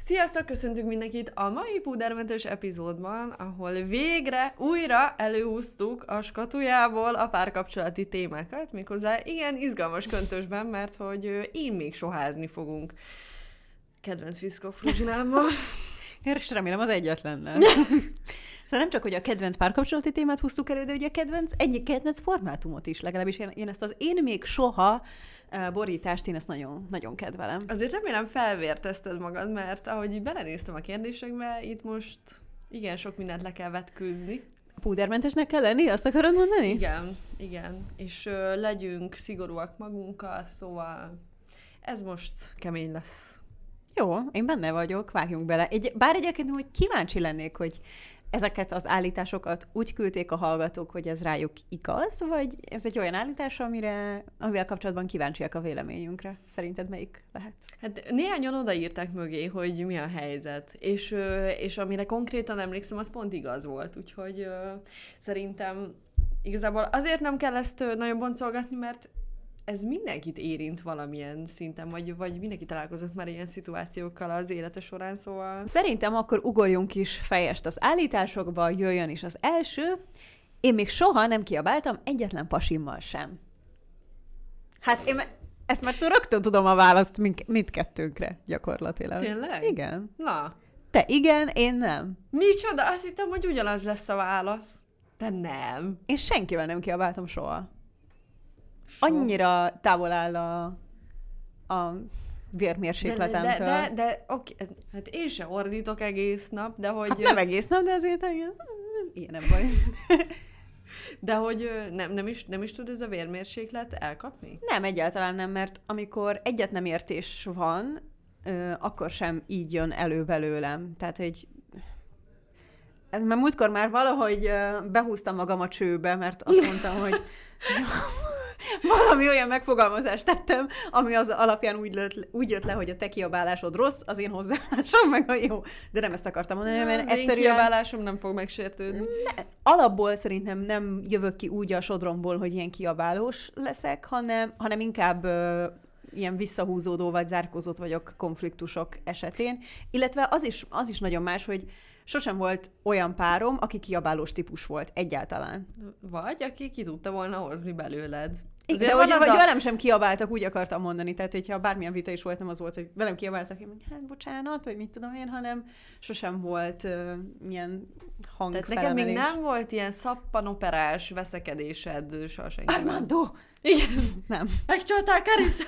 Sziasztok, köszöntünk mindenkit a mai púdermentes epizódban, ahol végre újra előhúztuk a skatujából a párkapcsolati témákat, méghozzá igen izgalmas köntösben, mert hogy én még soházni fogunk. Kedvenc Viszkok Fruzsinámmal. Én is remélem az egyetlen lesz. Szóval nem csak, hogy a kedvenc párkapcsolati témát húztuk elő, de ugye egyik kedvenc formátumot is, legalábbis én ezt az én még soha borítást, én ezt nagyon, nagyon kedvelem. Azért remélem felvértezted magad, mert ahogy így belenéztem a kérdésekbe, itt most igen sok mindent le kell vetkőzni. Púdermentesnek kell lenni, azt akarod mondani? Igen. És legyünk szigorúak magunkkal, szóval ez most kemény lesz. Jó, én benne vagyok, vágjunk bele. Bár egyébként hogy kíváncsi lennék, hogy ezeket az állításokat úgy küldték a hallgatók, hogy ez rájuk igaz, vagy ez egy olyan állítás, amivel kapcsolatban kíváncsiak a véleményünkre? Szerinted melyik lehet? Hát néhányan odaírták mögé, hogy mi a helyzet, és amire konkrétan emlékszem, az pont igaz volt, úgyhogy szerintem igazából azért nem kell ezt nagyon boncolgatni, mert ez mindenkit érint valamilyen szinten, vagy mindenki találkozott már ilyen szituációkkal az élete során, szóval... Szerintem akkor ugorjunk is fejest az állításokba, jöjjön is az első. Én még soha nem kiabáltam egyetlen pasimmal sem. Hát én ezt már rögtön tudom a választ mindkettőnkre gyakorlatilag. Tényleg? Igen. Na. Te igen, én nem. Micsoda? Azt hittem, hogy ugyanaz lesz a válasz. De nem. Én senkivel nem kiabáltam soha. Annyira távol áll a vérmérsékletemtől. De oké, hát én se ordítok egész nap, de hogy... Hát nem egész nap, de azért ilyen nem baj. De hogy nem is tud ez a vérmérséklet elkapni? Nem, egyáltalán nem, mert amikor egyet nem értés van, akkor sem így jön elő belőlem. Tehát, hogy mert múltkor már valahogy behúztam magam a csőbe, mert azt mondtam, hogy valami olyan megfogalmazást tettem, ami az alapján úgy jött le, hogy a te kiabálásod rossz, az én hozzáállásom meg a jó. De nem ezt akartam mondani, mert egyszerűen... én kiabálásom nem fog megsértődni. Alapból szerintem nem jövök ki úgy a sodromból, hogy ilyen kiabálós leszek, hanem inkább ilyen visszahúzódó vagy zárkózott vagyok konfliktusok esetén. Illetve az is nagyon más, hogy sosem volt olyan párom, aki kiabálós típus volt egyáltalán. Vagy aki ki tudta volna hozni belőled. Igen, de vagy velem sem kiabáltak, úgy akartam mondani. Tehát, hogyha bármilyen vita is volt, nem az volt, hogy velem kiabáltak, én mondjuk, hát bocsánat, vagy mit tudom én, hanem sosem volt ilyen hangfelemelés. Tehát neked még nem volt ilyen szappanoperás veszekedésed soha senkivel. Armando! Igen. Nem. Megcsoltál, Karissa!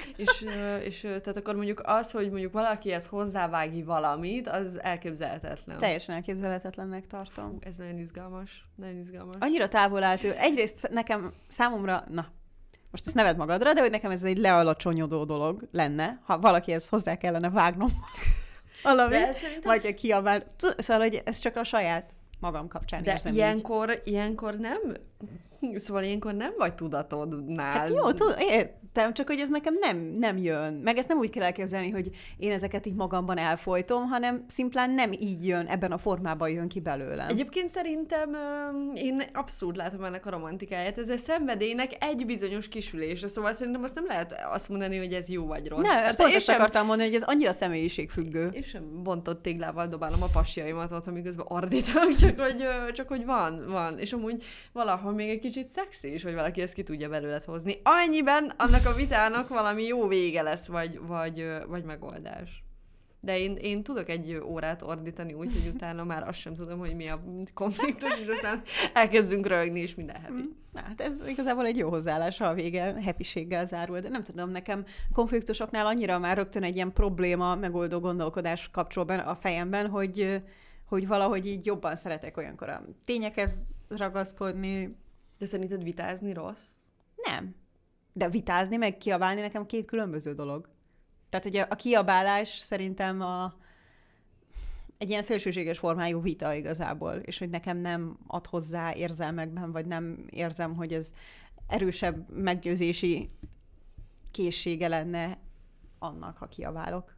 és tehát akkor mondjuk az, hogy mondjuk valakihez hozzávágj valamit, az elképzelhetetlen. Teljesen elképzelhetetlennek tartom. Ez nagyon izgalmas. Nagyon izgalmas. Annyira távol állt ő. Egyrészt számomra, most ezt neved magadra, de hogy nekem ez egy lealacsonyodó dolog lenne, ha valakihez hozzá kellene vágnom valamit, vagy a kiabál. Szóval, hogy ez csak a saját magam kapcsán de érzem ilyenkor nem, szóval ilyenkor nem vagy tudatodnál. Hát jó, értem, csak hogy ez nekem nem jön. Meg ezt nem úgy kell elképzelni, hogy én ezeket így magamban elfolytom, hanem szimplán nem így jön, ebben a formában jön ki belőlem. Egyébként szerintem én abszolút látom ennek a romantikáját. Ez egy szenvedélynek egy bizonyos kisülésre, szóval szerintem azt nem lehet azt mondani, hogy ez jó vagy rossz. Nem, pont ezt akartam mondani, hogy ez annyira személyiségfüggő. Én sem bontott téglával dobálom a pasjaimat ott, amiközben ordítok, csak hogy van. És amúgy valahol még egy kicsit szexi is, hogy valaki ezt ki tudja belőled hozni. Annyiben annak a vitának valami jó vége lesz, vagy megoldás. De én tudok egy órát ordítani úgy, hogy utána már azt sem tudom, hogy mi a konfliktus, és aztán elkezdünk röhögni, és minden happy. Hát ez igazából egy jó hozzáállás, ha a vége happységgel zárul, de nem tudom, nekem konfliktusoknál annyira már rögtön egy ilyen probléma megoldó gondolkodás kapcsol a fejemben, hogy valahogy így jobban szeretek olyankor a tényekhez ragaszkodni. De szerinted vitázni rossz? Nem. De vitázni, meg kiabálni nekem két különböző dolog. Tehát ugye a kiabálás szerintem egy ilyen szélsőséges formájú vita igazából, és hogy nekem nem ad hozzá érzelmekben, vagy nem érzem, hogy ez erősebb meggyőzési készsége lenne annak, ha kiabálok.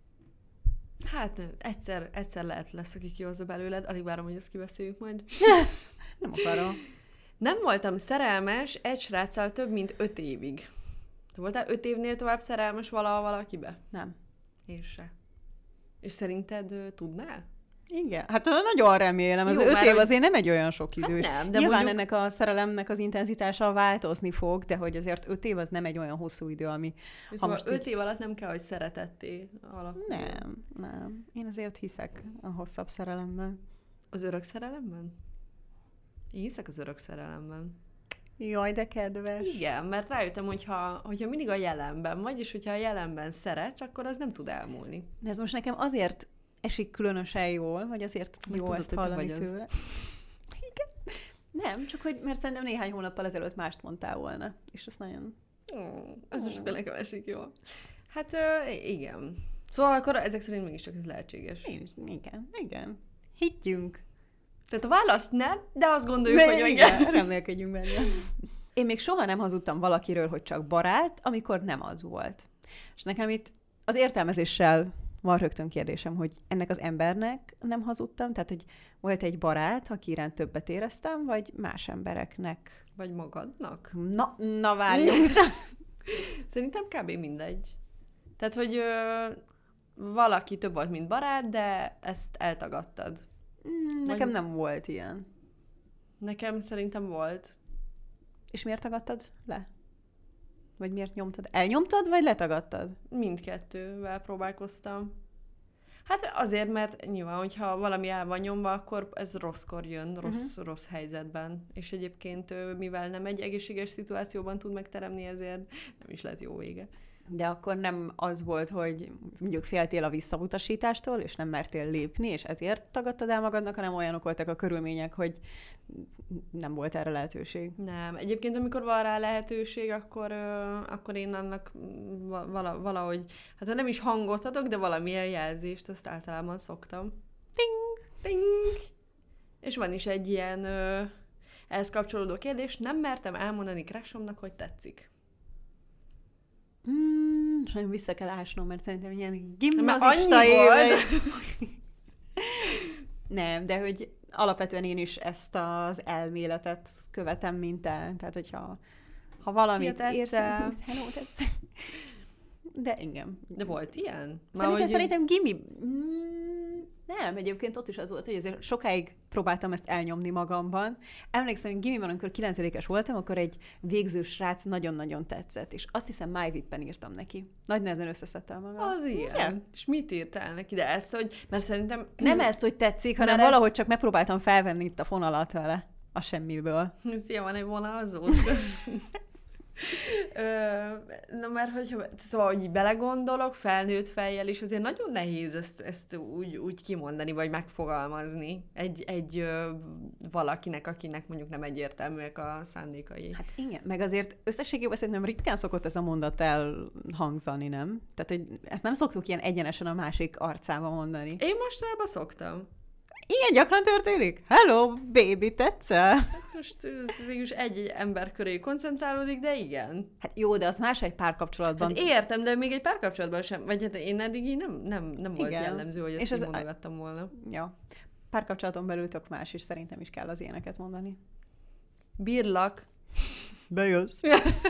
Hát egyszer lesz, aki kihozza belőled, alig várom, hogy ezt kibeszéljük majd. Nem akarom. Nem voltam szerelmes egy sráccal több mint 5 évig. Te voltál 5 évnél tovább szerelmes valakibe? Nem. Én se. És szerinted tudná? Igen, hát nagyon remélem. Az Jó, 5 már év hogy- azért nem egy olyan sok idő. Hát nem, de Nyilván mondjuk- ennek a szerelemnek az intenzitása változni fog, de hogy azért 5 év az nem egy olyan hosszú idő, ami... Szóval most 5 év alatt nem kell, hogy szeretetté alakuljon. Nem. Én azért hiszek a hosszabb szerelemben. Az örök szerelemben? Én hiszek az örök szerelemben. Jaj, de kedves. Igen, mert rájöttem, hogyha mindig a jelenben vagy, és hogyha a jelenben szeretsz, akkor az nem tud elmúlni. De ez most nekem azért esik különösen jól, vagy azért Mert jó tudod, ezt hogy te hallani vagy az. tőle. Igen. Nem, csak hogy, mert szerintem néhány hónappal ezelőtt mást mondtál volna. És azt nagyon... Ez most akkor nekem esik jól. Hát igen. Szóval akkor ezek szerint mégiscsak ez lehetséges. Én is, igen. Higgyünk. Tehát a válasz nem, de azt gondoljuk, hogy igen. Remélkedjünk benne. Én még soha nem hazudtam valakiről, hogy csak barát, amikor nem az volt. És nekem itt az értelmezéssel van rögtön kérdésem, hogy ennek az embernek nem hazudtam, tehát hogy volt egy barát, aki iránt többet éreztem, vagy más embereknek? Vagy magadnak? Na várjunk csak. Szerintem kb. Mindegy. Tehát, hogy valaki több volt, mint barát, de ezt eltagadtad. Nekem nem volt ilyen. Nekem szerintem volt. És miért tagadtad le? Vagy miért nyomtad? Elnyomtad, vagy letagadtad? Mindkettővel próbálkoztam. Hát azért, mert nyilván, hogyha valami el van nyomva, akkor ez rosszkor jön, rossz helyzetben. És egyébként, mivel nem egy egészséges szituációban tud megteremni, ezért nem is lett jó vége. De akkor nem az volt, hogy mondjuk féltél a visszautasítástól, és nem mertél lépni, és ezért tagadtad el magadnak, hanem olyanok voltak a körülmények, hogy nem volt erre lehetőség. Nem. Egyébként, amikor van rá lehetőség, akkor én annak valahogy, hát ha nem is hangot adok, de valamilyen jelzést, azt általában szoktam. Ding! Ding! És van is egy ilyen ehhez kapcsolódó kérdés, nem mertem elmondani crashomnak, hogy tetszik. És nagyon vissza kell ásnom, mert szerintem ilyen Mert gimnazista annyi éve. volt. Nem, de hogy alapvetően én is ezt az elméletet követem, mint te. Tehát, hogyha valamit Szia, érsz... tetszem. Hello, tetszem. De igen. De volt ilyen? Szerintem gimi... Nem, egyébként ott is az volt, hogy azért sokáig próbáltam ezt elnyomni magamban. Emlékszem, hogy gimiben, amikor 9-es voltam, akkor egy végző srác nagyon-nagyon tetszett, és azt hiszem MyVip-en írtam neki. Nagy nehezen összeszedtem magam. Az ilyen. Ugye? És mit írtál neki? De ezt, hogy... Mert szerintem... Nem ezt, hogy tetszik, hanem Mert valahogy csak megpróbáltam felvenni itt a fonalat vele. A semmiből. Szia, van egy vonalzód. Na, mert hogyha, szóval, hogy belegondolok, felnőtt fejjel is, azért nagyon nehéz ezt úgy kimondani, vagy megfogalmazni egy valakinek, akinek mondjuk nem egyértelműek a szándékai. Hát igen, meg azért összességében szerintem ritkán szokott ez a mondat elhangzani, nem? Tehát, hogy ezt nem szoktuk ilyen egyenesen a másik arcába mondani. Én mostanában szoktam. Ilyen gyakran történik? Hello, baby, tetszel? Hát most ez végülis egy ember köré koncentrálódik, de igen. Hát jó, de az más egy párkapcsolatban. Hát értem, de még egy párkapcsolatban sem, vagy hát én eddig így nem volt Igen. jellemző, hogy És ezt az- így mondogattam volna. Ja. Párkapcsolaton belül tök más, és szerintem is kell az ilyeneket mondani. Bírlak. Bejössz.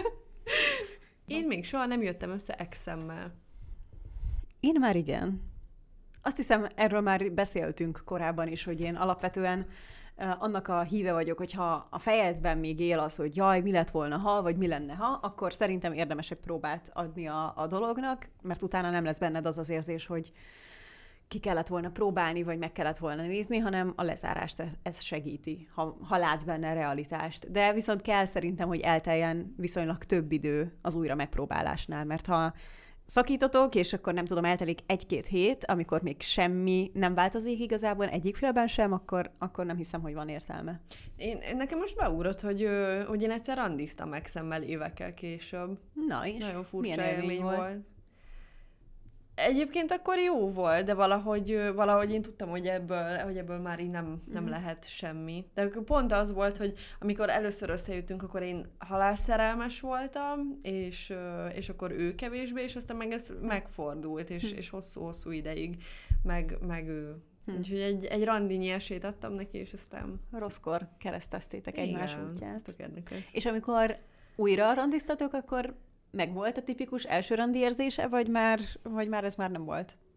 Én még soha nem jöttem össze exemmel. Én már igen. Azt hiszem, erről már beszéltünk korábban is, hogy én alapvetően annak a híve vagyok, hogyha a fejedben még él az, hogy jaj, mi lett volna ha, vagy mi lenne ha, akkor szerintem érdemes egy próbát adni a dolognak, mert utána nem lesz benned az az érzés, hogy ki kellett volna próbálni, vagy meg kellett volna nézni, hanem a lezárást ez segíti, ha látsz benne realitást. De viszont kell szerintem, hogy elteljen viszonylag több idő az újra megpróbálásnál, mert ha szakítotok, és akkor nem tudom, eltelik 1-2 hét, amikor még semmi nem változik igazából egyik félben sem, akkor nem hiszem, hogy van értelme. Nekem most beugrott, hogy én egyszer randiztam exemmel évekkel később. Na és? Nagyon furcsa milyen élmény volt. Egyébként akkor jó volt, de valahogy én tudtam, hogy ebből már így nem lehet semmi. De pont az volt, hogy amikor először összejöttünk, akkor én halálszerelmes voltam, és akkor ő kevésbé, és aztán meg ez megfordult, és hosszú-hosszú ideig meg ő. Úgyhogy egy randinyi esélyt adtam neki, és aztán... Rosszkor kereszteztétek egymás Igen, útját. tök érdekes. És amikor újra randiztatok, akkor meg volt a tipikus első randi érzése, vagy már ez már nem volt?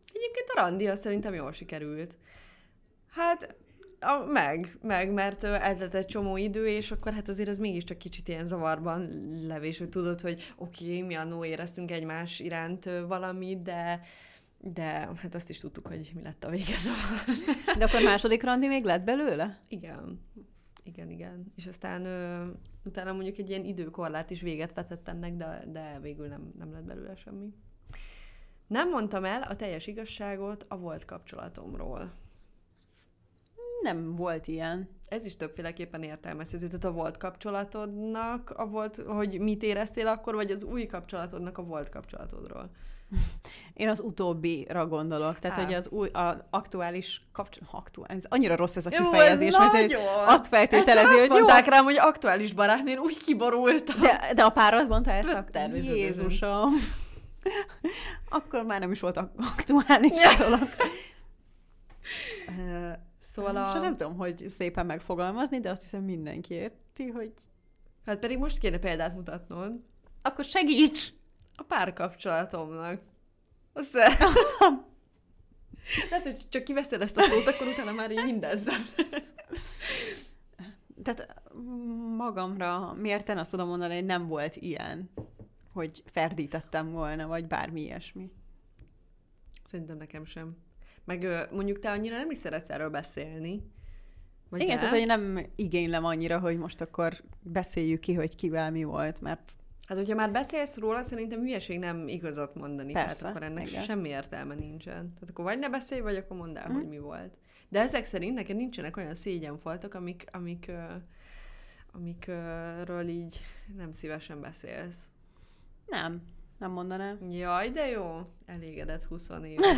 Egyébként a randi az szerintem jól sikerült. Hát, mert eltelt egy csomó idő, és akkor hát azért ez mégiscsak kicsit ilyen zavarban levés, hogy tudod, hogy oké, mi annó éreztünk egymás iránt valamit, de hát azt is tudtuk, hogy mi lett a vége, szóval. De akkor második randi még lett belőle? Igen. És aztán utána mondjuk egy ilyen időkorlát is véget vetett ennek, de végül nem lett belőle semmi. Nem mondtam el a teljes igazságot a volt kapcsolatomról. Nem volt ilyen. Ez is többféleképpen értelmezhető. Tehát a volt kapcsolatodnak hogy mit éreztél akkor, vagy az új kapcsolatodnak a volt kapcsolatodról? Én az utóbbira gondolok. Tehát, hogy az aktuális ez annyira rossz ez a kifejezés, mert azt feltételezi, hogy mondták rám, hogy aktuális barátnén úgy kiborultam. De a párod mondta ezt? Jézusom! Akkor már nem is volt aktuális dolog. Szóval nem tudom, hogy szépen megfogalmazni, de azt hiszem mindenki érti, hogy... Hát pedig most kéne példát mutatnod. Akkor segíts! A párkapcsolatomnak. Lehet, hogy csak kiveszed ezt a szót, akkor utána már így minden lesz. Tehát magamra mérten azt tudom mondani, hogy nem volt ilyen, hogy ferdítettem volna, vagy bármi ilyesmi. Szerintem nekem sem. Meg mondjuk te annyira nem is szeretsz erről beszélni. Vagy igen, tehát hogy nem igénylem annyira, hogy most akkor beszéljük ki, hogy kivel mi volt, mert... Hát, hogyha már beszélsz róla, szerintem hülyeség nem igazat mondani. Persze, tehát akkor ennek igen. semmi értelme nincsen. Tehát akkor vagy ne beszélj, vagy akkor mondd el, hogy mi volt. De ezek szerint neked nincsenek olyan szégyenfoltok, amikről így nem szívesen beszélsz. Nem mondanám. Jaj, de jó. Elégedett 20 éves.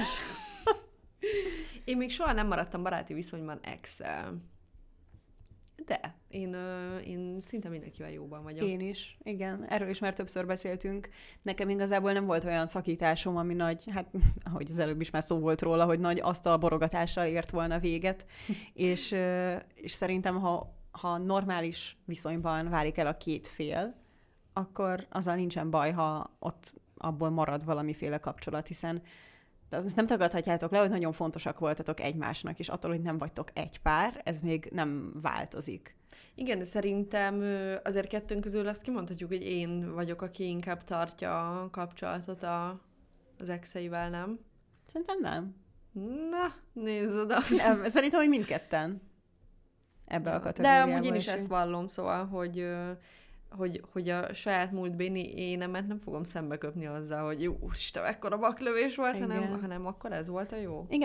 Én még soha nem maradtam baráti viszonyban ex-el. De én szinte mindenkivel jóban vagyok. Én is, igen. Erről is már többször beszéltünk. Nekem igazából nem volt olyan szakításom, ami nagy, hát ahogy az előbb is már szó volt róla, hogy nagy asztalborogatással ért volna véget. és szerintem, ha normális viszonyban válik el a két fél, akkor azzal nincsen baj, ha ott abból marad valamiféle kapcsolat, hiszen ezt nem tagadhatjátok le, hogy nagyon fontosak voltatok egymásnak, és attól, hogy nem vagytok egy pár, ez még nem változik. Igen, de szerintem azért kettőnk közül azt kimondhatjuk, hogy én vagyok, aki inkább tartja a kapcsolatot az exeivel, nem? Szerintem nem. Na, nézd oda. Nem, szerintem, hogy mindketten ebbe a kategóriába. De amúgy én is ezt vallom, szóval, hogy a saját múltbéni énemet nem fogom szembeköpni azzal, hogy jó, Isten, ekkora baklövés volt, hanem akkor ez volt a jó. Igen,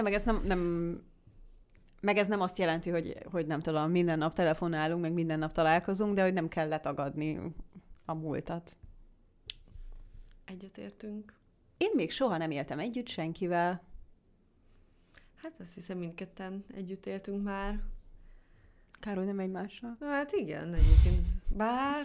meg ez nem azt jelenti, hogy nem tudom, minden nap telefonálunk, meg minden nap találkozunk, de hogy nem kell letagadni a múltat. Egyetértünk. Én még soha nem éltem együtt senkivel. Hát azt hiszem, mindketten együtt éltünk már. Károly, nem egymással? Hát igen, egyébként. Bár...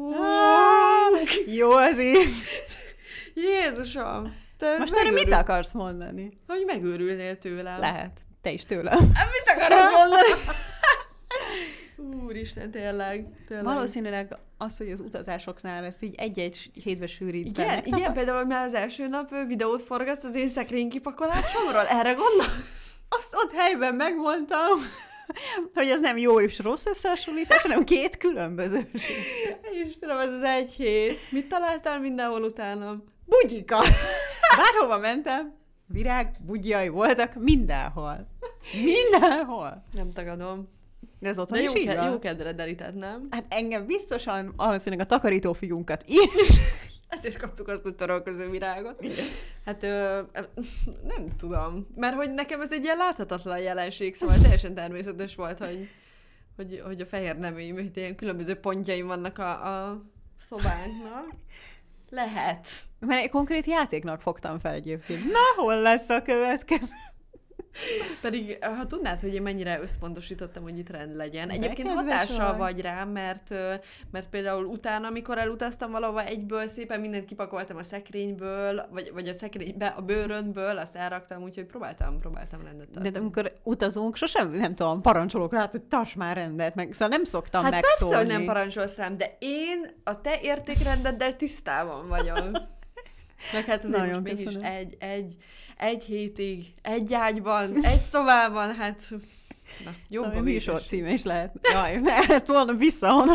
Jó azért! Jézusom! Most erre mit akarsz mondani? Hogy megőrülnél tőlem. Lehet. Te is tőlem. Mit akarod mondani? Úristen, tényleg. Valószínűleg az, hogy az utazásoknál ezt így egy-egy hétbe sűrít. Igen, például már az első nap videót forgatsz az én szekrény kipakolásomról. Erre gondolsz? Azt ott helyben megmondtam, hogy ez nem jó és rossz összehasonlítás, hanem két különbözőség. Istenem, ez az egy hét. Mit találtál mindenhol utánam? Bugyika! Bárhova mentem, virág, bugyjai voltak mindenhol. Mindenhol. Nem tagadom. De ez otthon is így van? Jó kedvre derített, nem? Hát engem biztosan, valószínűleg a takarító figunkat is. Ezért kaptuk azt a törölköző virágot. Hát nem tudom. Mert hogy nekem ez egy ilyen láthatatlan jelenség, szóval teljesen természetes volt, hogy a fehér neműim, hogy ilyen különböző pontjaim vannak a szobánknak. Lehet. Mert egy konkrét játéknak fogtam fel egyébként. Na, hol lesz a következő? Pedig, ha tudnád, hogy én mennyire összpontosítottam, hogy itt rend legyen. Egyébként hatással vagy rám, mert például utána, amikor elutaztam valahova egyből, szépen mindent kipakoltam a szekrényből, vagy a szekrénybe, a bőröndből, azt elraktam, úgyhogy próbáltam rendet tartani. De amikor utazunk, sosem, nem tudom, parancsolok rá, hogy tarts már rendet, meg szóval nem szoktam megszólni. Hát persze, hogy nem parancsolsz rám, de én a te értékrendeddel tisztában vagyok. Meg hát azért Nagyon most mégis köszönöm. egy hétig, egy ágyban, egy szobában, hát na, jobb Szóval a műsor véges. címe is lehet. Jaj, ne, ezt volna visszahonnom.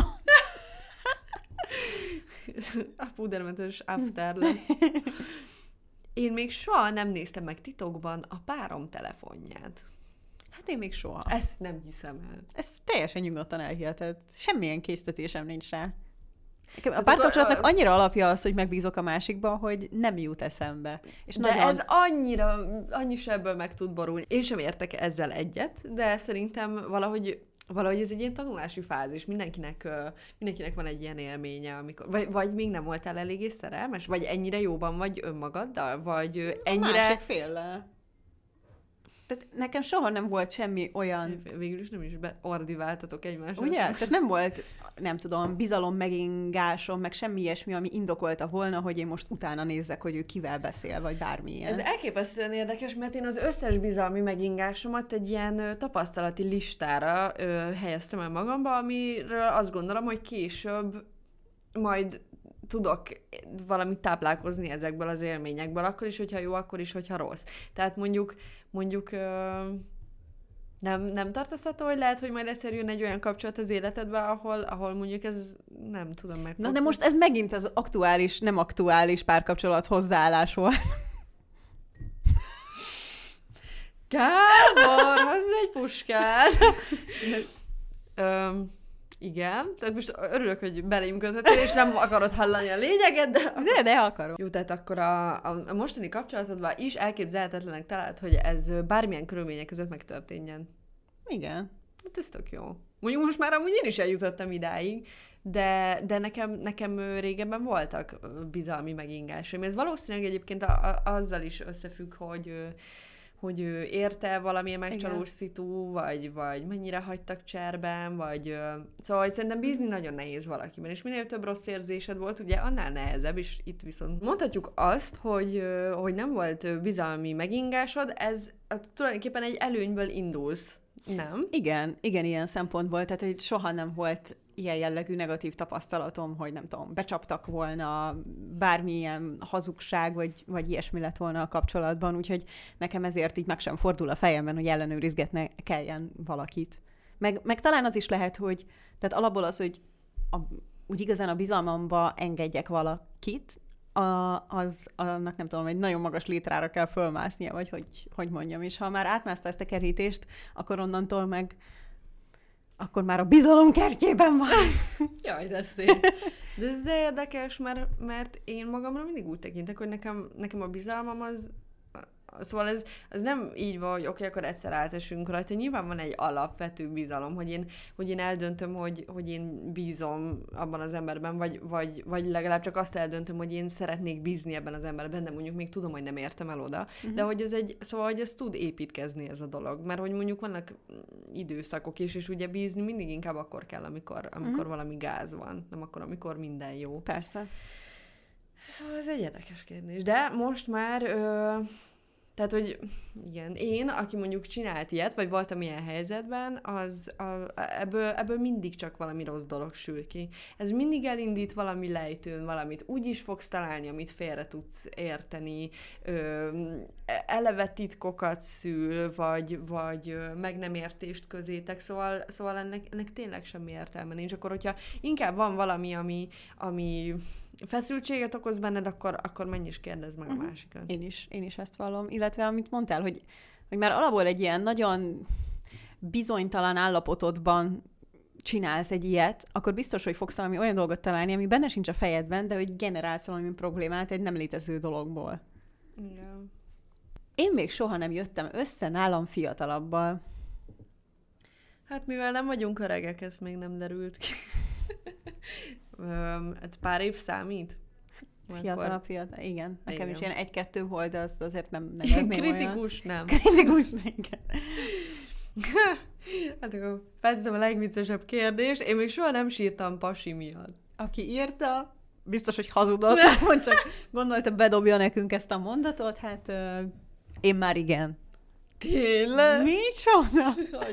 A pudermentes after lett. Én még soha nem néztem meg titokban a párom telefonját. Hát én még soha. Ezt nem hiszem el. Ez teljesen nyugodtan elhiheted. Semmilyen késztetésem nincs rá. A Hát párkapcsolatnak akkor, annyira alapja az, hogy megbízok a másikba, hogy nem jut eszembe. És de nagyon... ez annyi sebből meg tud borulni. Én sem értek ezzel egyet, de szerintem valahogy ez egy ilyen tanulási fázis. Mindenkinek van egy ilyen élménye, amikor, vagy még nem voltál eléggé szerelmes, vagy ennyire jóban vagy önmagaddal, vagy A ennyire... másik féllel. Tehát nekem soha nem volt semmi olyan... Végül is nem is ordiváltatok egymásra. Ugye? Tehát nem volt, nem tudom, bizalom megingásom, meg semmi ilyesmi, ami indokolta volna, hogy én most utána nézzek, hogy ő kivel beszél, vagy bármilyen. Ez elképesztően érdekes, mert én az összes bizalmi megingásomat egy ilyen tapasztalati listára helyeztem el magamba, amiről azt gondolom, hogy később majd tudok valamit táplálkozni ezekből az élményekből, akkor is, hogyha jó, akkor is, hogyha rossz. Tehát mondjuk nem tartasz attól, hogy lehet, hogy majd egyszer jön egy olyan kapcsolat az életedbe, ahol mondjuk ez nem tudom meg. Na de most ez megint az aktuális, nem aktuális párkapcsolat hozzáállás volt. Gábor, hozz egy puskát! Igen, tehát most örülök, hogy belém közöttél, és nem akarod hallani a lényeget, de... De akarom. Jó, tehát akkor a mostani kapcsolatodban is elképzelhetetlenek talált, hogy ez bármilyen körülmények között megtörténjen. Igen. Hát ez tök jó. Mondjuk most már amúgy én is eljutottam idáig, de nekem régebben voltak bizalmi megingásaim. Ez valószínűleg egyébként azzal is összefügg, hogy érte valamilyen megcsalós szitu, vagy mennyire hagytak cserben, vagy... Szóval szerintem bízni nagyon nehéz valakiben, és minél több rossz érzésed volt, ugye annál nehezebb, és itt viszont mondhatjuk azt, hogy nem volt bizalmi megingásod, ez tulajdonképpen egy előnyből indulsz, nem? Igen, ilyen szempontból, tehát hogy soha nem volt ilyen jellegű negatív tapasztalatom, hogy nem tudom, becsaptak volna, bármilyen hazugság, vagy ilyesmi lett volna a kapcsolatban, úgyhogy nekem ezért így meg sem fordul a fejemben, hogy ellenőrizgetne kelljen valakit. Meg talán az is lehet, hogy, tehát alapból az, hogy úgy igazán a bizalmamba engedjek valakit, annak nem tudom, egy nagyon magas létrára kell fölmásznia, vagy hogy mondjam, és ha már átmászta ezt a kerítést, akkor onnantól meg akkor már a bizalom kertjében van. Jaj, de szép. De ez érdekes, mert én magamra mindig úgy tekintek, hogy nekem a bizalmam az... Szóval ez nem így van, hogy oké, akkor egyszer átesünk rajta. Nyilván van egy alapvető bizalom, hogy én eldöntöm, hogy én bízom abban az emberben, vagy legalább csak azt eldöntöm, hogy én szeretnék bízni ebben az emberben, de mondjuk még tudom, hogy nem értem el oda. De hogy hogy ez tud építkezni ez a dolog. Mert hogy mondjuk vannak időszakok is, és ugye bízni mindig inkább akkor kell, amikor valami gáz van, nem akkor, amikor minden jó. Persze. Szóval ez egy érdekes kérdés. De most már... Tehát, hogy igen, én, aki mondjuk csinált ilyet, vagy voltam ilyen helyzetben, ebből mindig csak valami rossz dolog sül ki. Ez mindig elindít valami lejtőn, valamit úgy is fogsz találni, amit félre tudsz érteni, eleve titkokat szül, vagy meg nem értést közétek, szóval ennek tényleg semmi értelme nincs. Akkor, hogyha inkább van valami, ami feszültséget okoz benned, akkor menj és kérdezd meg a másikat. Én is ezt vallom. Illetve amit mondtál, hogy már alapból egy ilyen nagyon bizonytalan állapotodban csinálsz egy ilyet, akkor biztos, hogy fogsz valami olyan dolgot találni, ami benne sincs a fejedben, de hogy generálsz valami problémát egy nem létező dologból. Igen. Én még soha nem jöttem össze nálam fiatalabbal. Hát mivel nem vagyunk öregek, ez még nem derült ki. Pár év számít? Fiatal, igen. Nekem is ilyen 1-2 volt, de azt azért nem nevezném kritikus, olyan. Nem. Kritikus, igen. Hát akkor felteszem a legviccesebb kérdést. Én még soha nem sírtam pasi miatt. Aki írta, biztos, hogy hazudott, csak gondolta, bedobja nekünk ezt a mondatot, hát én már igen. Tényleg? Micsoda?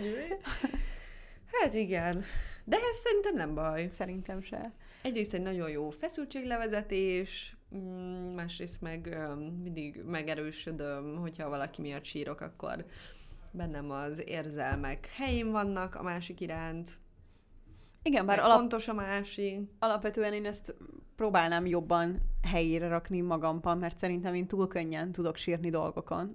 Hát igen. De ez szerintem nem baj. Szerintem se. Egyrészt egy nagyon jó feszültséglevezetés, másrészt meg mindig megerősödöm, hogyha valaki miatt sírok, akkor bennem az érzelmek helyén vannak a másik iránt. Igen, bár fontos a másik. Alapvetően én ezt próbálnám jobban helyére rakni magamban, mert szerintem én túl könnyen tudok sírni dolgokon.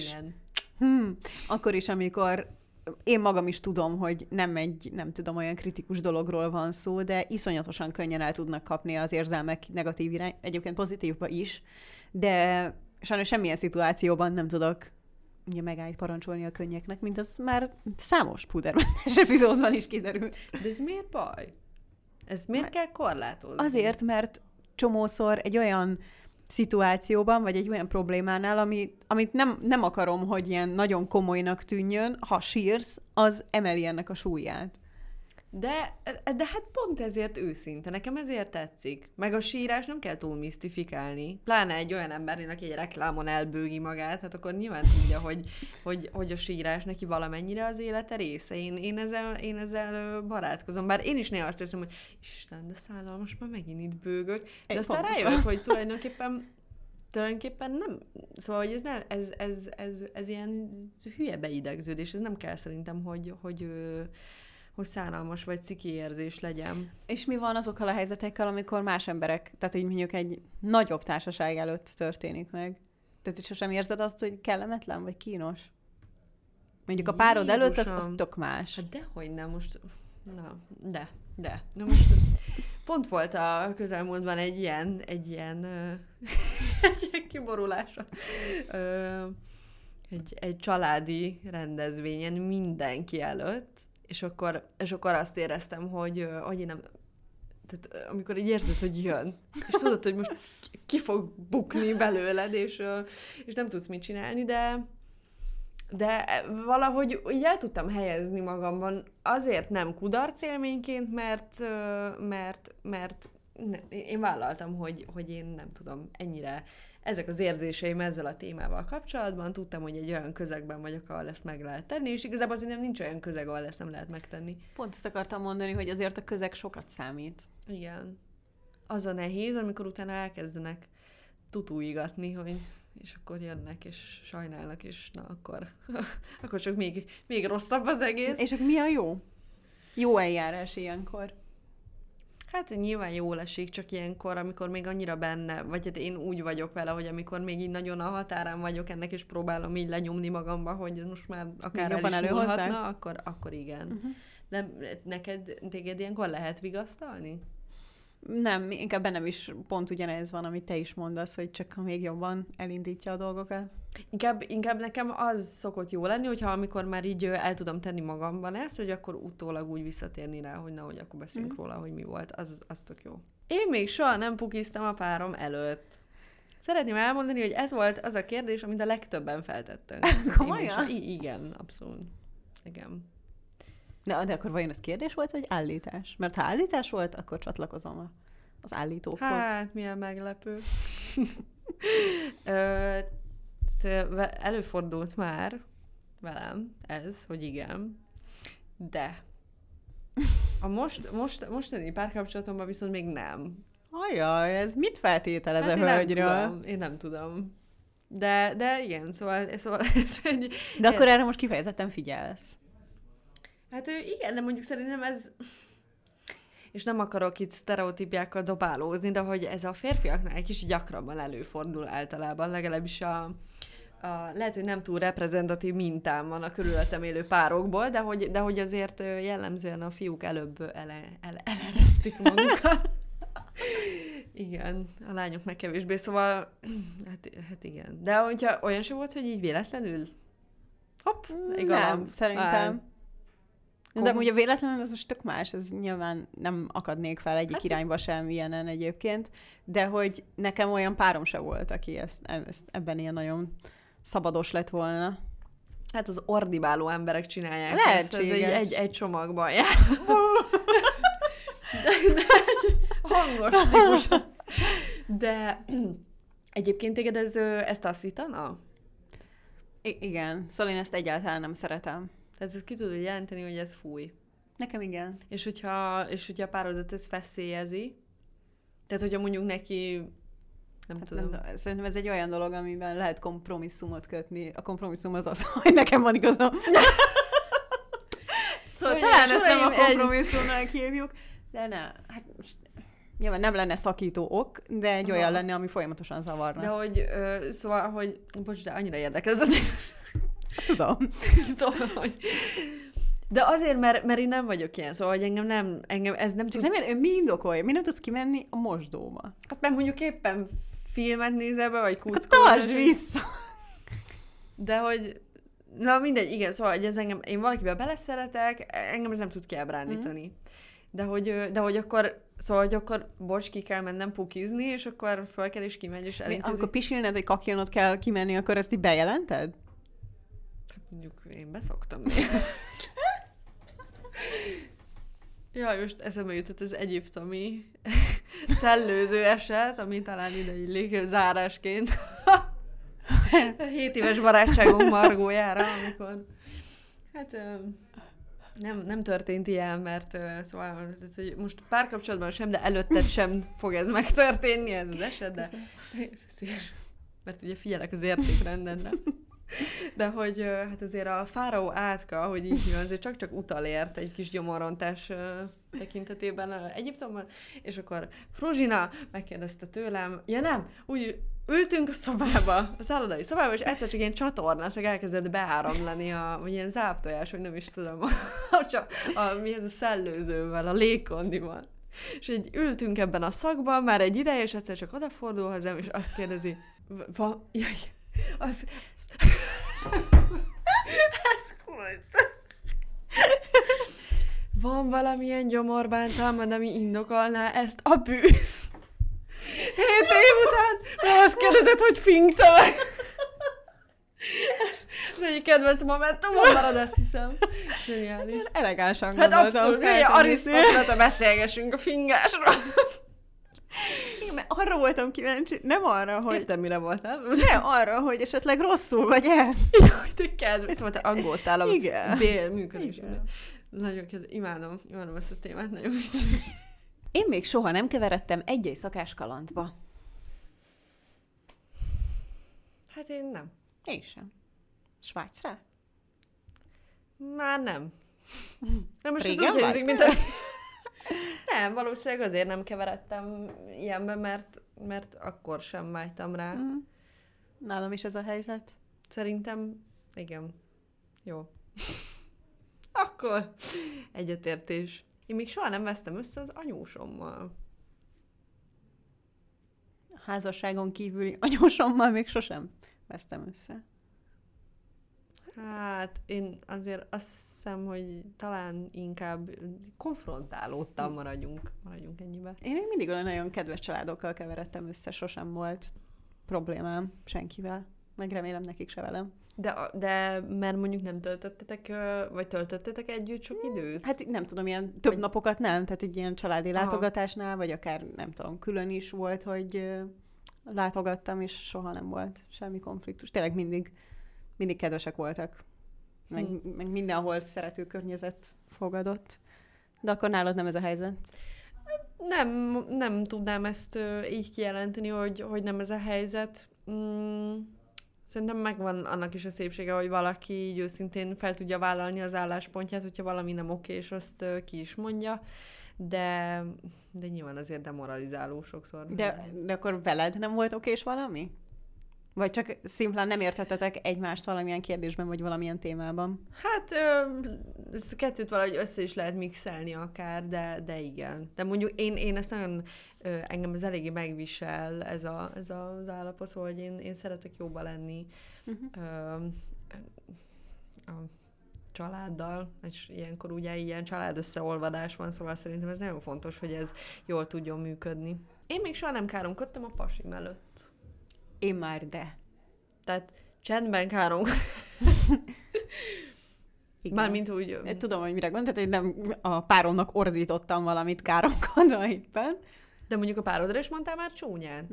Akkor is, amikor én magam is tudom, hogy nem tudom, olyan kritikus dologról van szó, de iszonyatosan könnyen el tudnak kapni az érzelmek negatív irány, egyébként pozitívba is, de sajnos semmilyen szituációban nem tudok ugye megállt parancsolni a könnyeknek, mint az már számos pudermentes epizódban is kiderült. De ez miért baj? Ezt miért kell korlátozni? Azért, mert csomószor egy olyan szituációban, vagy egy olyan problémánál, amit nem akarom, hogy ilyen nagyon komolynak tűnjön, ha sírsz, az emeli ennek a súlyát. De hát pont ezért őszinte. Nekem ezért tetszik. Meg a sírás nem kell túl misztifikálni. Pláne egy olyan embernél, aki egy reklámon elbőgi magát, hát akkor nyilván tudja, hogy a sírás neki valamennyire az élete része. Én ezzel barátkozom. Bár én is néha azt érzem, hogy Isten, de szállalmas, már megint itt bőgök. De aztán rájövök, hogy tulajdonképpen nem. Szóval, hogy ez ilyen hülye beidegződés. Ez nem kell szerintem, hogy szánalmas vagy ciki érzés legyen. És mi van azokkal a helyzetekkel, amikor más emberek, tehát hogy mondjuk egy nagyobb társaság előtt történik meg? Tehát, hogy sosem érzed azt, hogy kellemetlen vagy kínos? Mondjuk a párod előtt, az tök más. Hát dehogy nem, most... De. Na most pont volt a közelmúltban egy ilyen kiborulása. Egy családi rendezvényen mindenki előtt, és akkor azt éreztem, hogy én nem... Tehát amikor így érzed, hogy jön, és tudod, hogy most ki fog bukni belőled, és nem tudsz mit csinálni, de valahogy így el tudtam helyezni magamban, azért nem kudarc élményként, mert én vállaltam, hogy én nem tudom, ennyire ezek az érzéseim ezzel a témával kapcsolatban, tudtam, hogy egy olyan közegben vagyok, ahol ezt meg lehet tenni, és igazából azért nincs olyan közeg, ahol ezt nem lehet megtenni. Pont ezt akartam mondani, hogy azért a közeg sokat számít. Igen. Az a nehéz, amikor utána elkezdenek tutúigatni, hogy és akkor jönnek, és sajnálnak, és na akkor csak még rosszabb az egész. És akkor mi a jó? Jó eljárás ilyenkor? Hát nyilván jól esik, csak ilyenkor, amikor még annyira benne, vagy hát én úgy vagyok vele, hogy amikor még így nagyon a határán vagyok ennek, és próbálom így lenyomni magamba, hogy ez most már akár el is múlhatna, akkor igen. Uh-huh. De téged ilyenkor lehet vigasztalni? Nem, inkább bennem is pont ugyanez van, amit te is mondasz, hogy csak még jobban elindítja a dolgokat. Inkább nekem az szokott jó lenni, hogyha amikor már így el tudom tenni magamban ezt, hogy akkor utólag úgy visszatérni rá, hogy hogy akkor beszélünk róla, hogy mi volt. Az tök jó. Én még soha nem pukiztam a párom előtt. Szeretném elmondani, hogy ez volt az a kérdés, amit a legtöbben feltettek. Komolyan? Igen, abszolút. Igen. De akkor vajon ez kérdés volt, vagy állítás? Mert ha állítás volt, akkor csatlakozom az állítókhoz. Hát, milyen meglepő. Előfordult már velem ez, hogy igen, de a mostani párkapcsolatomban viszont még nem. Ajaj, ez mit feltételez a hölgyről? Én nem tudom. De igen, szóval ez egy... De akkor erre most kifejezetten figyelsz. Hát igen, de mondjuk szerintem ez... És nem akarok itt sztereotípiákkal dobálózni, de hogy ez a férfiaknál egy kicsit gyakrabban előfordul általában, legalábbis lehet, hogy nem túl reprezentatív mintám van a körülöttem élő párokból, de hogy azért jellemzően a fiúk előbb eleresztik magukat. Igen, a lányok meg kevésbé, szóval hát igen. De hogyha olyan sem volt, hogy így véletlenül? Hopp, egy nem, szerintem. De amúgy a véletlenül ez most tök más, ez nyilván nem akadnék fel egyik irányba sem ilyenen egyébként, de hogy nekem olyan párom se volt, aki ezt ebben ilyen nagyon szabados lett volna. Hát az ordibáló emberek csinálják. Lehetséges. Ez egy csomagban jár. de hangos típusan. De egyébként téged ez taszítana? Igen, szóval én ezt egyáltalán nem szeretem. Tehát ezt ki tudod jelenteni, hogy ez fúj. Nekem igen. És hogyha a párodat ez feszélyezi, tehát hogyha mondjuk neki, Nem Hát tudom. nem, szerintem ez egy olyan dolog, amiben lehet kompromisszumot kötni. A kompromisszum az, hogy nekem van igazam. Szóval talán ezt nem a kompromisszumnak hívjuk, de ne. Hát nyilván nem lenne szakító ok, de egy olyan lenne, ami folyamatosan zavarna. De hogy, szóval, hogy, bocs, de annyira érdekel ez a Tudom. Szóval, hogy... De azért, mert én nem vagyok ilyen, szóval, hogy engem ez nem Csak nem, mi indokolja? Mi nem tudsz kimenni a mosdóba? Hát mert mondjuk éppen filmet nézel be, vagy Akkor kuckol. tartsd vissza! De hogy... Na mindegy, igen, szóval, hogy ez én valakivel beleszeretek, engem ez nem tud kiábrándítani. De hogy akkor, szóval, hogy akkor bocs, ki kell mennem pukizni, és akkor fel kell és kimegy, és elintézi. Amikor pisilned, vagy kakilnod kell kimenni, akkor ezt így bejelented? Mondjuk én beszoktam. Jaj, most eszembe jutott az egyiptomi szellőző eset, ami talán ide illik zárásként. 7 éves barátságunk Margójára, amikor... Hát nem történt ilyen, mert szóval hogy most párkapcsolatban sem, de előtted sem fog ez megtörténni, ez az eset, de... Mert ugye figyelek az értékrendedre. De hogy hát azért a fáraó átka, hogy így van, azért csak-csak utalért egy kis gyomorontás tekintetében Egyiptomban, és akkor Fruzsina megkérdezte tőlem, ja nem, úgy ültünk a szobába, a szállodai szobába, és egyszer csak ilyen csatornászak elkezdett beáramlani vagy ilyen záptojás, vagy nem is tudom, mi ez a szellőzővel, a légkondival. És így ültünk ebben a szakban már egy ideje, és egyszer csak odafordul hozzám, és azt kérdezi, van valamilyen gyomorbántalmad, ami indokolná ezt a bűt? 7 év után, mert azt kérdezed, hogy finkta meg. Ez egyik kedvenc momentumon marad, azt hiszem. Zseniális. Elegánsan Hát gondoltam. abszolút, Arisztokrata beszélgessünk a fingásról. Igen, mert arra voltam kíváncsi, nem arra, hogy... Értem, mire voltál? Nem arra, hogy esetleg rosszul vagy el. Jaj, te kedves, szóval te aggódtál a bél működésre. Nagyon kedves, imádom ezt a témát, nagyon vicces. Én még soha nem keveredtem egy éjszakás kalandba. Hát én nem. Én sem. Svájcra? Már nem. Nem, most Régen ez úgy hangzik, vagy? mint a... Nem, valószínűleg azért nem keveredtem ilyenbe, mert akkor sem vágytam rá. Nálam is ez a helyzet. Szerintem, igen. Jó. Akkor egyetértés. Én még soha nem vesztem össze az anyósommal. A házasságon kívüli anyósommal még sosem vesztem össze. Hát én azért azt hiszem, hogy talán inkább konfrontálódtam, maradjunk ennyibe. Én még mindig olyan nagyon kedves családokkal keveredtem össze, sosem volt problémám senkivel. Meg remélem nekik se velem. De mert mondjuk nem töltöttetek együtt sok időt? Hát nem tudom, ilyen több napokat nem, tehát egy ilyen családi látogatásnál, vagy akár nem tudom, külön is volt, hogy látogattam, és soha nem volt semmi konfliktus. Tényleg mindig kedvesek voltak. Meg mindenhol szerető környezet fogadott. De akkor nálad nem ez a helyzet? Nem tudnám ezt így kijelenteni, hogy nem ez a helyzet. Szerintem megvan annak is a szépsége, hogy valaki így őszintén fel tudja vállalni az álláspontját, hogyha valami nem oké, és azt ki is mondja, de nyilván azért demoralizáló sokszor. De akkor veled nem volt okés valami? Vagy csak szimplán nem értettetek egymást valamilyen kérdésben, vagy valamilyen témában? Hát ezt a kettőt valahogy össze is lehet mixelni akár, de igen. De mondjuk én ezt nagyon, engem ez eléggé megvisel ez az állapot, szóval hogy én szeretek jóba lenni a családdal, és ilyenkor ugye ilyen családösszeolvadás van, szóval szerintem ez nagyon fontos, hogy ez jól tudjon működni. Én még soha nem káromkodtam a pasim előtt. Én már de. Tehát csendben káromkodtam. Mármint úgy... Tudom, hogy mire gondolt, hogy nem a páromnak ordítottam valamit káromkodva éppen. De mondjuk a párodra is mondtál már csúnyán?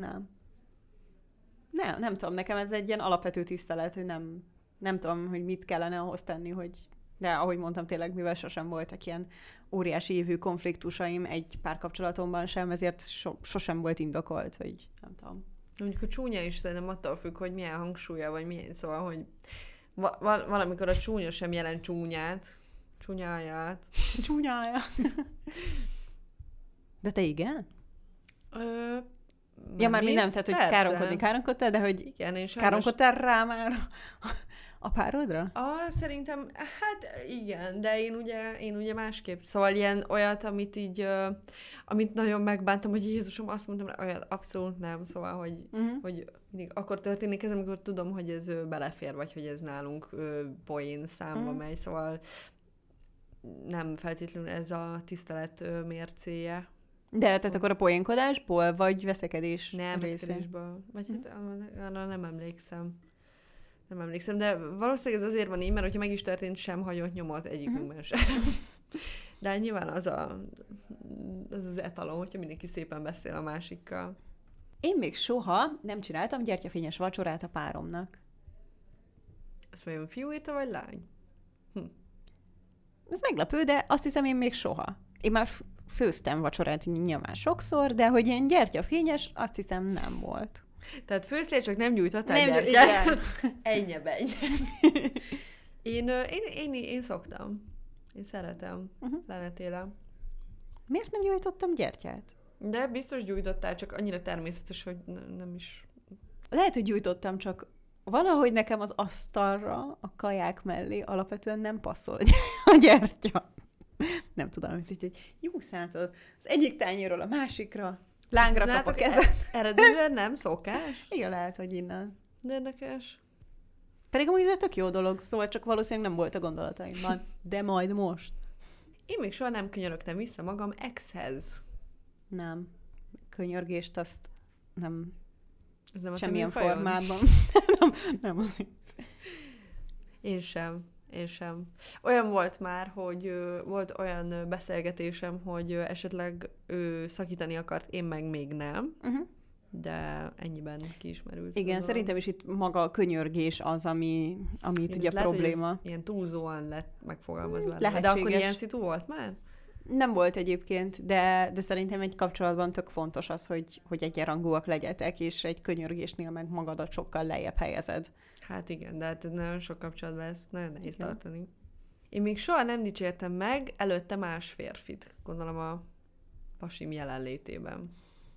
Nem tudom, nekem ez egy ilyen alapvető tisztelet, hogy nem tudom, hogy mit kellene ahhoz tenni, hogy... De ahogy mondtam, tényleg, mivel sosem voltak ilyen óriási évű konfliktusaim egy párkapcsolatomban sem, ezért sosem volt indokolt, hogy nem tudom. Mondjuk a csúnya is szerintem attól függ, hogy milyen hangsúlya, vagy milyen, szóval, hogy valamikor a csúnya sem jelent csúnyát, csúnyáját. Csúnyája. De te igen? Ja, már mi nem, tehát, hogy káromkodtál, de hogy igen, én káromkodtál rá már a párodra? Szerintem, hát igen, de én ugye másképp. Szóval ilyen olyat, amit így, amit nagyon megbántam, hogy Jézusom, azt mondtam, olyat abszolút nem. Szóval, hogy mindig akkor történik ez, amikor tudom, hogy ez belefér, vagy hogy ez nálunk poén számba megy. Szóval nem feltétlenül ez a tisztelet mércéje. De tehát akkor a poénkodásból, vagy veszekedés nem, részén? veszekedésből. Vagy hát arra nem emlékszem. Nem emlékszem, de valószínűleg ez azért van így, mert hogyha meg is történt, sem hagyott nyomot egyikünkben sem. De nyilván az az etalon, hogyha mindenki szépen beszél a másikkal. Én még soha nem csináltam gyertyafényes vacsorát a páromnak. Ezt vajon fiú írta, vagy lány? Ez meglepő, de azt hiszem én még soha. Én már főztem vacsorát nyilván sokszor, de hogy ilyen gyertyafényes, azt hiszem nem volt. Tehát főztél, csak nem nyújtottál gyertyát. Ennyi. Én szoktam. Én szeretem. Lenetélem. Miért nem nyújtottam gyertyát? De biztos gyújtottál, csak annyira természetes, hogy nem is... Lehet, hogy gyújtottam, csak valahogy nekem az asztalra, a kaják mellé alapvetően nem passzol a gyertya. Nem tudom, hogy nyúlsz az egyik tányérról a másikra, lángra kap a kezed. Eredetileg nem szokás? Igen, lehet, hogy innen. De érdekes. Pedig amúgy ez tök jó dolog, szóval csak valószínűleg nem volt a gondolataimban. De majd most. Én még soha nem könyörögtem vissza magam exhez. Nem. Könyörgést azt nem. Ez nem semmilyen formában. nem azért. Én sem. Olyan volt már, hogy volt olyan beszélgetésem, hogy esetleg ő szakítani akart, én meg még nem. De ennyiben kiismerült. Igen, szerintem is itt maga a könyörgés az, ami itt ugye a lehet, probléma. Hogy ilyen túlzóan lett megfogalmazva. Lehetséges. De akkor ilyen szitu volt már? Nem volt egyébként, de szerintem egy kapcsolatban tök fontos az, hogy egyenrangúak legyetek, és egy könyörgésnél meg magadat sokkal lejjebb helyezed. Hát igen, de hát nagyon sok kapcsolatban ezt nagyon nehéz tartani. Én még soha nem dicsértem meg előtte más férfit, gondolom a pasim jelenlétében.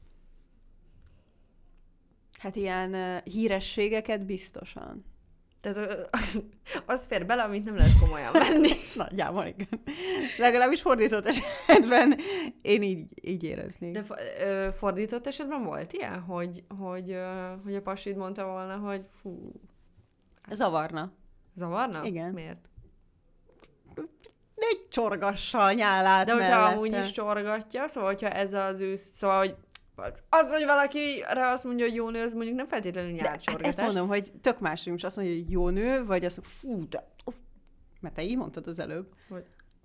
Hát ilyen hírességeket biztosan. Tehát az fér bele, amit nem lehet komolyan venni. Nagyjából igen. Legalábbis fordított esetben én így éreznék. De fordított esetben volt ilyen, hogy a pasid mondta volna, hogy fú... Zavarna. Zavarna? Igen. Miért? Egy csorgassa a nyálát de hogyha mellette. amúgy is csorgatja, szóval hogyha ez az ősz, szóval hogy az, hogy valakire azt mondja, hogy jó nő, az mondjuk nem feltétlenül nyálcsorgatás. Ezt mondom, hogy tök más, hogy most azt mondja, hogy jó nő, vagy azt mondja, mert te így mondtad az előbb. Hogy...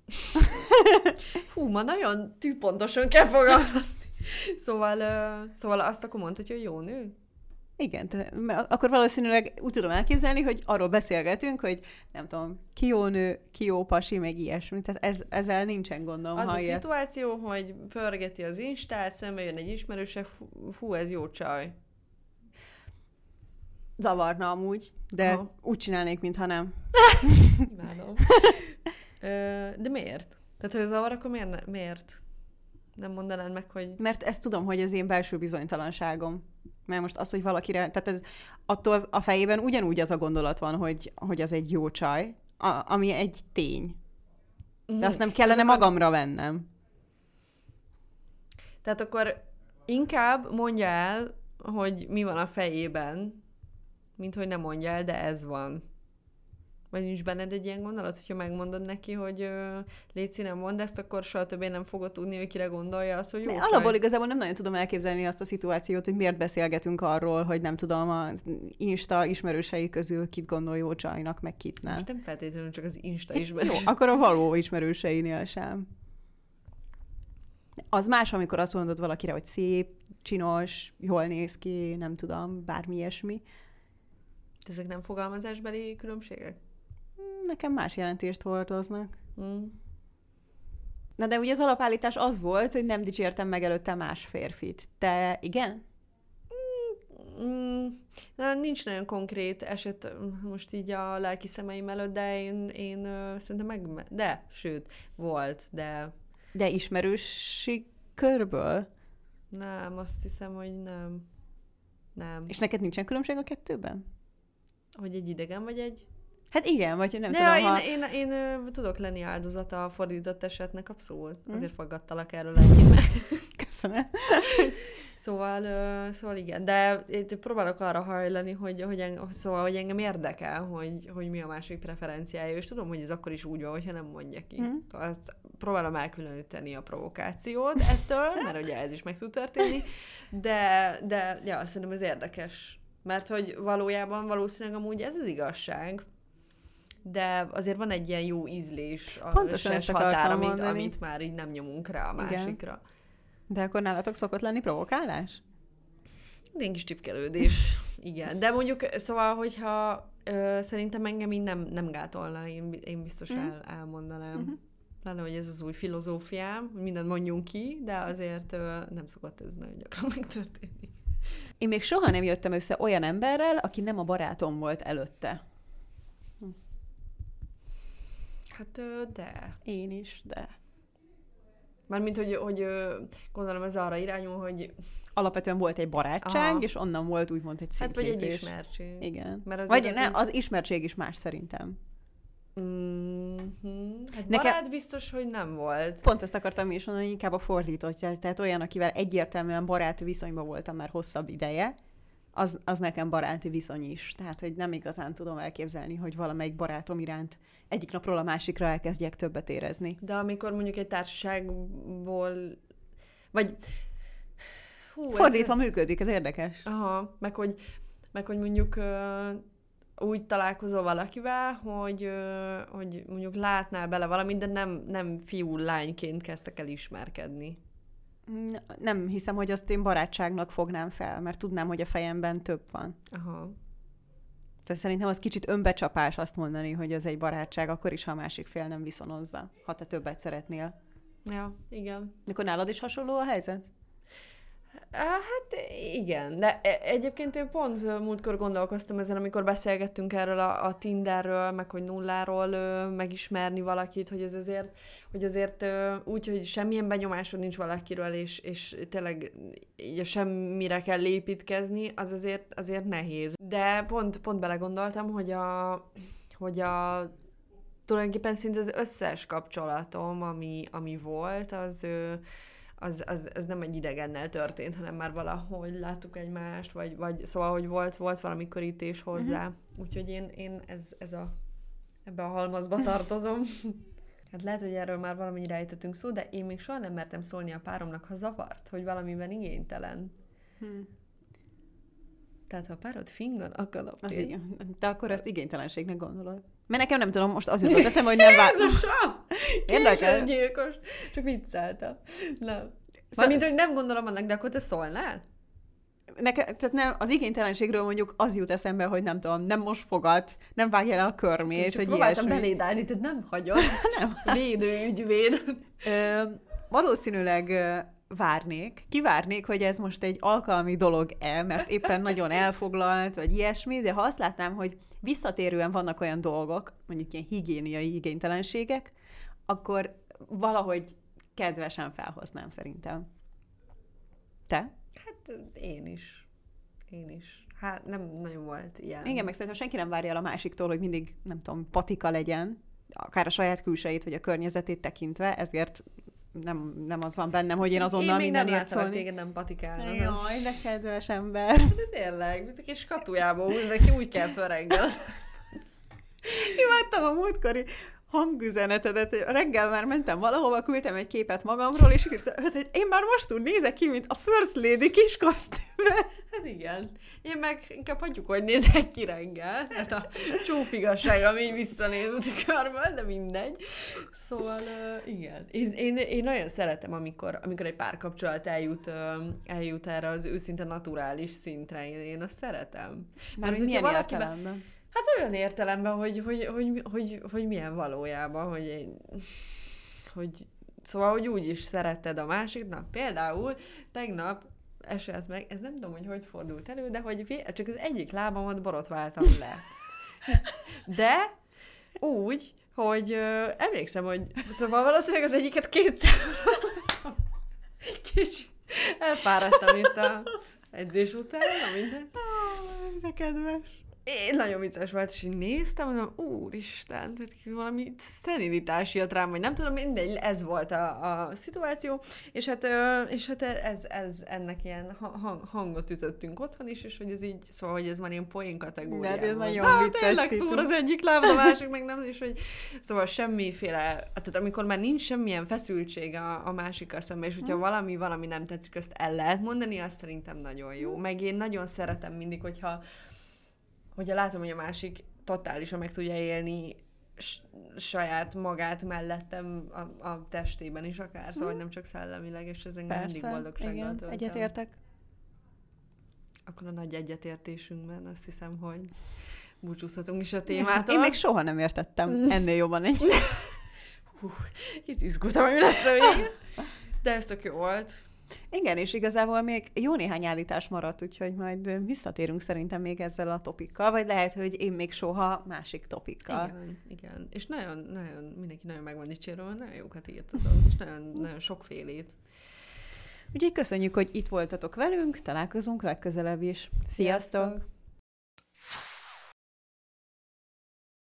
ma nagyon tűpontosan kell fogalmazni. Szóval azt akkor mondtad, hogy jó nő? Igen, akkor valószínűleg úgy tudom elképzelni, hogy arról beszélgetünk, hogy nem tudom, ki jó nő, ki jó pasi, meg ilyesmi. Tehát ezzel nincsen gondom. Az a szituáció, hogy pörgeti az Instát, szembe jön egy ismerőse, fú, ez jó csaj. Zavarna amúgy, de úgy csinálnék, mintha nem. Imádom. De miért? Tehát, hogy zavar, akkor miért? Nem mondanád meg, hogy... Mert ezt tudom, hogy az én belső bizonytalanságom. Mert most az, hogy valakire... Tehát ez attól a fejében ugyanúgy az a gondolat van, hogy az egy jó csaj, ami egy tény. De azt nem kellene magamra vennem. Tehát akkor inkább mondja el, hogy mi van a fejében, mint hogy nem mondja el, de ez van. Vagy nincs benned egy ilyen gondolat, hogyha megmondod neki, hogy léci, nem mondd ezt, akkor soha többé nem fogod tudni, hogy kire gondolja azt, hogy jó csaj. Alapból igazából nem nagyon tudom elképzelni azt a szituációt, hogy miért beszélgetünk arról, hogy nem tudom, az Insta ismerősei közül kit gondol jó csajnak, meg kit nem. Most nem feltétlenül csak az Insta ismerős. Jó, akkor a való ismerőseinél sem. Az más, amikor azt mondod valakire, hogy szép, csinos, jól néz ki, nem tudom, bármi ilyesmi. Ezek nem fogalmazásbeli különbségek? Nekem más jelentést hordoznak. Na de ugye az alapállítás az volt, hogy nem dicsértem meg előtte más férfit. Te igen? nincs nagyon konkrét eset most így a lelki szemeim előtt, de én szerintem sőt, volt, de... De ismerősi körből? Nem, azt hiszem, hogy nem. Nem. És neked nincsen különbség a kettőben? Hogy egy idegen vagy egy... Hát igen, vagy nem de tudom, én tudok lenni áldozata a fordított esetnek, abszolút. Azért faggattalak erről ennyit, mert... Köszönöm. Szóval igen, de én próbálok arra hajlani, hogy engem érdekel, hogy mi a másik preferenciája, és tudom, hogy ez akkor is úgy van, hogyha nem mondja ki. Azt próbálom elkülöníteni a provokációt ettől, mert ugye ez is meg tud történni, de ja, szerintem ez érdekes, mert hogy valójában valószínűleg amúgy ez az igazság, de azért van egy ilyen jó ízlés, pontosan ezt határ, amit már így nem nyomunk rá a másikra. Igen. De akkor nálatok szokott lenni provokálás? Ilyen kis csipkelődés, igen. De mondjuk, szóval, hogyha szerintem engem így nem gátolna, én biztos elmondanám. Lenne, hogy ez az új filozófiám, hogy mindent mondjunk ki, de azért nem szokott ez nagyon gyakran megtörténni. Én még soha nem jöttem össze olyan emberrel, aki nem a barátom volt előtte. Hát, de. Én is, de. Mármint, hogy gondolom ez arra irányul, hogy... Alapvetően volt egy barátság, és onnan volt úgymond egy szintlépés. Hát, vagy egy ismertség. Igen. Mert vagy az ismertség is más szerintem. Hát barát biztos, hogy nem volt. Pont ezt akartam is mondani, inkább a fordítottja. Tehát olyan, akivel egyértelműen baráti viszonyban voltam már hosszabb ideje, az nekem baráti viszony is. Tehát, hogy nem igazán tudom elképzelni, hogy valamelyik barátom iránt egyik napról a másikra elkezdjek többet érezni. De amikor mondjuk egy társaságból, vagy... Fordítva működik, ez érdekes. Aha, meg hogy mondjuk úgy találkozol valakivel, hogy mondjuk látnál bele valamit, de nem fiú-lányként kezdtek el ismerkedni. Nem hiszem, hogy azt én barátságnak fognám fel, mert tudnám, hogy a fejemben több van. Aha. Tehát szerintem az kicsit önbecsapás azt mondani, hogy ez egy barátság, akkor is, ha a másik fél nem viszonozza, ha te többet szeretnél. Ja, igen. De akkor nálad is hasonló a helyzet? Hát igen, de egyébként én pont múltkor gondolkoztam ezen, amikor beszélgettünk erről a Tinderről, meg hogy nulláról megismerni valakit, hogy ez azért úgy, hogy semmilyen benyomásod nincs valakiről, és tényleg így semmire kell építkezni, az azért nehéz. De pont belegondoltam, hogy tulajdonképpen szinte az összes kapcsolatom, ami volt, az nem egy idegennel történt, hanem már valahogy láttuk egymást, vagy szóval, hogy volt valami körítés hozzá. Úgyhogy én ebbe a halmazba tartozom. Hát lehet, hogy erről már valamennyire ejtettünk szó, de én még soha nem mertem szólni a páromnak, ha zavart, hogy valamiben igénytelen. Tehát ha a párod fingan akalaptén. Az igen. De akkor ezt igénytelenségnek gondolod. Mert nekem nem tudom, most az jutott eszembe, hogy nem Jézusom! Érdekes. Gyilkos! Csak vicceltem. Nem. Mármint, hogy nem gondolom annak, de akkor te szólnál? Tehát nem, az igénytelenségről mondjuk az jut eszembe, hogy nem tudom, nem most fogad, nem vágja le a körmét, vagy próbáltam belédálni, tehát nem hagyod. Nem. Védőügyvéd. Valószínűleg kivárnék, hogy ez most egy alkalmi dolog-e, mert éppen nagyon elfoglalt, vagy ilyesmi, de ha azt látnám, hogy visszatérően vannak olyan dolgok, mondjuk ilyen higiéniai igénytelenségek, akkor valahogy kedvesen felhoznám szerintem. Te? Hát én is. Hát nem nagyon volt ilyen. Igen, meg szerintem senki nem várja el a másiktól, hogy mindig, nem tudom, patika legyen, akár a saját külsejét, vagy a környezetét tekintve, ezért nem az van bennem, hogy én azonnal mindenért szólni. Én még nem téged nem patikálni. Jaj, de kedves ember. De tényleg, mint egy kis skatujából húz, neki úgy kell föl reggel. Imádtam a múltkori hangüzenetedet, hogy reggel már mentem valahova, küldtem egy képet magamról, és hogy én már most úgy nézek ki, mint a First Lady kis kosztümbe. Hát igen. Én meg inkább hagyjuk, hogy nézek ki reggel. Hát a csúfigasság, ami visszanéz a tükörben, de mindegy. Szóval igen. Én nagyon szeretem, amikor egy párkapcsolat eljut erre az őszinte naturális szintre. Én azt szeretem. Mert milyen értelemben? Hát olyan értelemben, hogy milyen valójában, szóval, hogy úgy is szeretted a másiknak. Például tegnap esett meg, ez nem tudom, hogy fordult elő, de hogy csak az egyik lábamat borotváltam le. De úgy, hogy emlékszem, hogy szóval valószínűleg az egyiket kétszer kicsit elfáradtam itt a edzés után, minden. De kedves. Én nagyon vicces volt, és így néztem, mondom, úristen, tehát valami szenilitás jött rám, vagy nem tudom, mindegy, ez volt a szituáció, és hát ez ennek ilyen hangot ütöttünk otthon is, és hogy ez így, szóval, hogy ez már ilyen poén kategóriában. De ez nagyon vicces tényleg szúr az egyik láb, a másik meg nem, és hogy szóval semmiféle, tehát amikor már nincs semmilyen feszültség a másikkal szemben, és hogyha valami nem tetszik, azt el lehet mondani, azt szerintem nagyon jó. Meg én nagyon szeretem mindig, hogyha látom, hogy a másik totálisan meg tudja élni saját magát mellettem a testében is akár, szóval nem csak szellemileg, és ez engem mindig boldogsággal tölt el. Egyetértek. Akkor a nagy egyetértésünkben azt hiszem, hogy búcsúzhatunk is a témától. Én még soha nem értettem ennél jobban egy. Itt izgultam, hogy mi lesz a vége. De ez tök jó volt. Igen, és igazából még jó néhány állítás maradt, úgyhogy majd visszatérünk szerintem még ezzel a topikkal, vagy lehet, hogy én még soha másik topikkal. Igen. És mindenki nagyon meg van dicsérve, nagyon jókat írtatok, és nagyon sokfélét. Úgyhogy köszönjük, hogy itt voltatok velünk, találkozunk legközelebb is. Sziasztok!